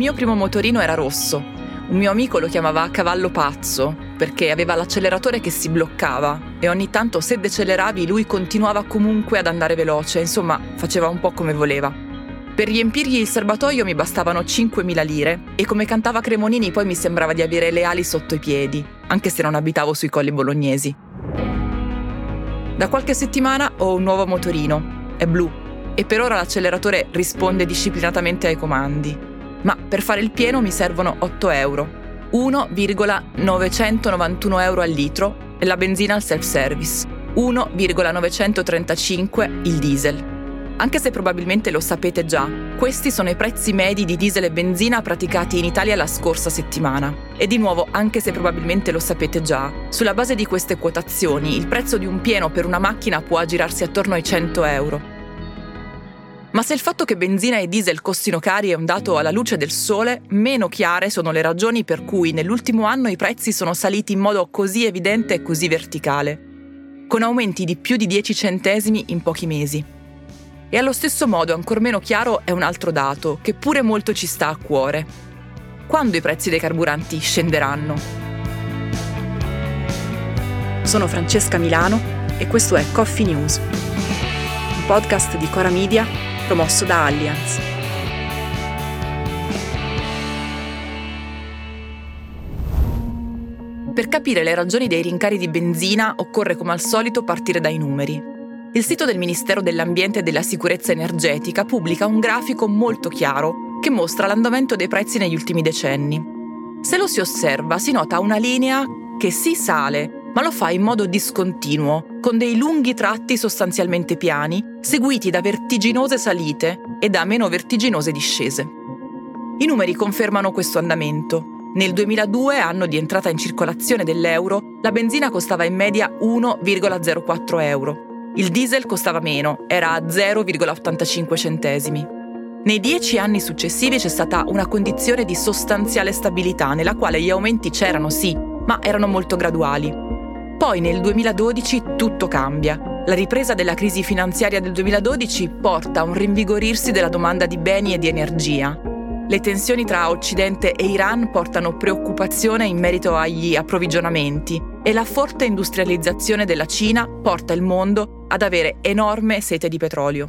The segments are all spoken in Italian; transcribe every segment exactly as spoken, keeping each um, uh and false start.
mio primo motorino era rosso. Un mio amico lo chiamava cavallo pazzo perché aveva l'acceleratore che si bloccava e ogni tanto se deceleravi lui continuava comunque ad andare veloce, insomma faceva un po' come voleva. Per riempirgli il serbatoio mi bastavano cinquemila lire e come cantava Cremonini poi mi sembrava di avere le ali sotto i piedi, anche se non abitavo sui colli bolognesi. Da qualche settimana ho un nuovo motorino, è blu e per ora l'acceleratore risponde disciplinatamente ai comandi. Ma per fare il pieno mi servono otto euro, uno virgola novecentonovantuno euro al litro e la benzina al self-service, uno virgola novecentotrentacinque il diesel. Anche se probabilmente lo sapete già, questi sono i prezzi medi di diesel e benzina praticati in Italia la scorsa settimana. E di nuovo, anche se probabilmente lo sapete già, sulla base di queste quotazioni il prezzo di un pieno per una macchina può aggirarsi attorno ai cento euro. Ma se il fatto che benzina e diesel costino cari è un dato alla luce del sole, meno chiare sono le ragioni per cui nell'ultimo anno i prezzi sono saliti in modo così evidente e così verticale, con aumenti di più di dieci centesimi in pochi mesi. E allo stesso modo ancor meno chiaro è un altro dato, che pure molto ci sta a cuore. Quando i prezzi dei carburanti scenderanno? Sono Francesca Milano e questo è Coffee News, un podcast di Cora Media promosso da Allianz. Per capire le ragioni dei rincari di benzina occorre come al solito partire dai numeri. Il sito del Ministero dell'Ambiente e della Sicurezza Energetica pubblica un grafico molto chiaro che mostra l'andamento dei prezzi negli ultimi decenni. Se lo si osserva si nota una linea che sì sale, ma lo fa in modo discontinuo, con dei lunghi tratti sostanzialmente piani, seguiti da vertiginose salite e da meno vertiginose discese. I numeri confermano questo andamento. Nel duemiladue, anno di entrata in circolazione dell'euro, la benzina costava in media uno virgola zero quattro euro. Il diesel costava meno, era a zero virgola ottantacinque centesimi. Nei dieci anni successivi c'è stata una condizione di sostanziale stabilità, nella quale gli aumenti c'erano sì, ma erano molto graduali. Poi nel duemiladodici tutto cambia. La ripresa della crisi finanziaria del duemiladodici porta a un rinvigorirsi della domanda di beni e di energia. Le tensioni tra Occidente e Iran portano preoccupazione in merito agli approvvigionamenti e la forte industrializzazione della Cina porta il mondo ad avere enorme sete di petrolio.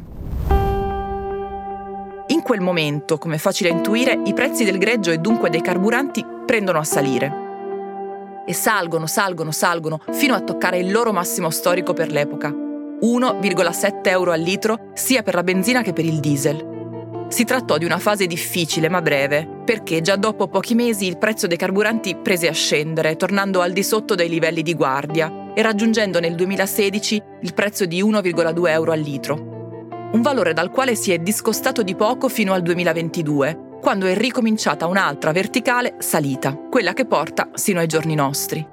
In quel momento, come è facile intuire, i prezzi del greggio e dunque dei carburanti prendono a salire. E salgono, salgono, salgono, fino a toccare il loro massimo storico per l'epoca, uno virgola sette euro al litro sia per la benzina che per il diesel. Si trattò di una fase difficile ma breve, perché già dopo pochi mesi il prezzo dei carburanti prese a scendere, tornando al di sotto dei livelli di guardia e raggiungendo nel duemilasedici il prezzo di uno virgola due euro al litro. Un valore dal quale si è discostato di poco fino al duemilaventidue, quando è ricominciata un'altra verticale salita, quella che porta sino ai giorni nostri.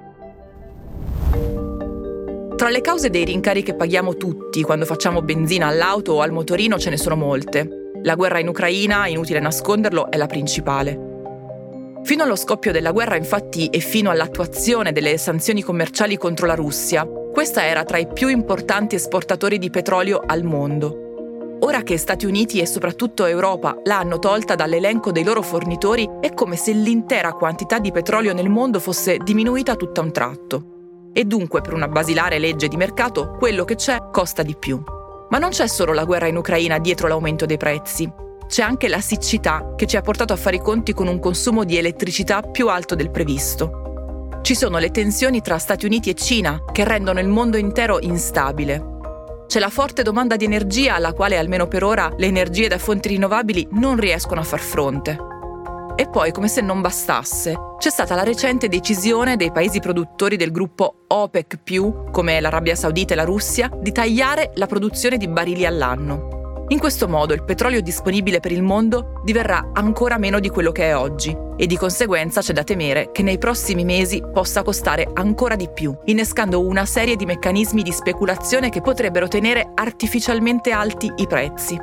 Tra le cause dei rincari che paghiamo tutti quando facciamo benzina all'auto o al motorino ce ne sono molte. La guerra in Ucraina, inutile nasconderlo, è la principale. Fino allo scoppio della guerra, infatti, e fino all'attuazione delle sanzioni commerciali contro la Russia, questa era tra i più importanti esportatori di petrolio al mondo. Ora che Stati Uniti e soprattutto Europa l'hanno tolta dall'elenco dei loro fornitori, è come se l'intera quantità di petrolio nel mondo fosse diminuita tutta un tratto. E dunque, per una basilare legge di mercato, quello che c'è costa di più. Ma non c'è solo la guerra in Ucraina dietro l'aumento dei prezzi. C'è anche la siccità che ci ha portato a fare i conti con un consumo di elettricità più alto del previsto. Ci sono le tensioni tra Stati Uniti e Cina che rendono il mondo intero instabile. C'è la forte domanda di energia alla quale almeno per ora le energie da fonti rinnovabili non riescono a far fronte. E poi, come se non bastasse, c'è stata la recente decisione dei paesi produttori del gruppo OPEC più, come l'Arabia Saudita e la Russia, di tagliare la produzione di barili all'anno. In questo modo il petrolio disponibile per il mondo diverrà ancora meno di quello che è oggi e di conseguenza c'è da temere che nei prossimi mesi possa costare ancora di più, innescando una serie di meccanismi di speculazione che potrebbero tenere artificialmente alti i prezzi.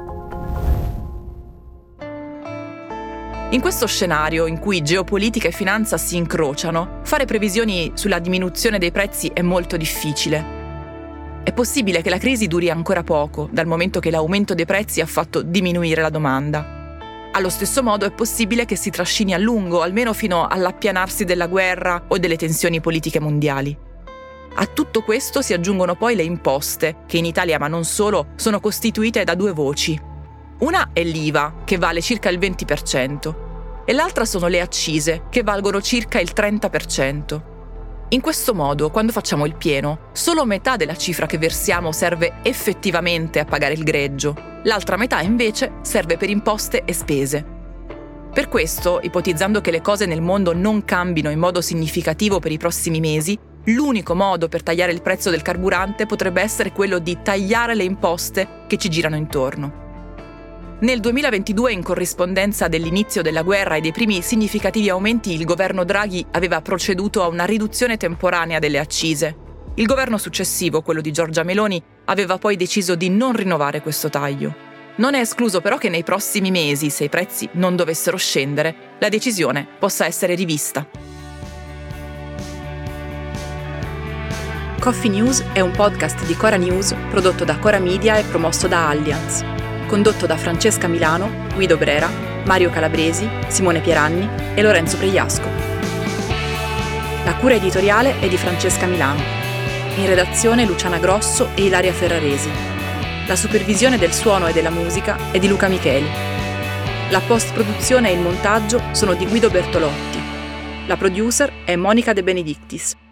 In questo scenario, in cui geopolitica e finanza si incrociano, fare previsioni sulla diminuzione dei prezzi è molto difficile. È possibile che la crisi duri ancora poco, dal momento che l'aumento dei prezzi ha fatto diminuire la domanda. Allo stesso modo è possibile che si trascini a lungo, almeno fino all'appianarsi della guerra o delle tensioni politiche mondiali. A tutto questo si aggiungono poi le imposte, che in Italia, ma non solo, sono costituite da due voci. Una è l'I V A, che vale circa il venti per cento, e l'altra sono le accise, che valgono circa il trenta per cento. In questo modo, quando facciamo il pieno, solo metà della cifra che versiamo serve effettivamente a pagare il greggio, l'altra metà invece serve per imposte e spese. Per questo, ipotizzando che le cose nel mondo non cambino in modo significativo per i prossimi mesi, l'unico modo per tagliare il prezzo del carburante potrebbe essere quello di tagliare le imposte che ci girano intorno. Nel duemilaventidue, in corrispondenza dell'inizio della guerra e dei primi significativi aumenti, il governo Draghi aveva proceduto a una riduzione temporanea delle accise. Il governo successivo, quello di Giorgia Meloni, aveva poi deciso di non rinnovare questo taglio. Non è escluso però che nei prossimi mesi, se i prezzi non dovessero scendere, la decisione possa essere rivista. Coffee News è un podcast di Cora News prodotto da Cora Media e promosso da Allianz. Condotto da Francesca Milano, Guido Brera, Mario Calabresi, Simone Pieranni e Lorenzo Pregliasco. La cura editoriale è di Francesca Milano. In redazione Luciana Grosso e Ilaria Ferraresi. La supervisione del suono e della musica è di Luca Micheli. La post-produzione e il montaggio sono di Guido Bertolotti. La producer è Monica De Benedictis.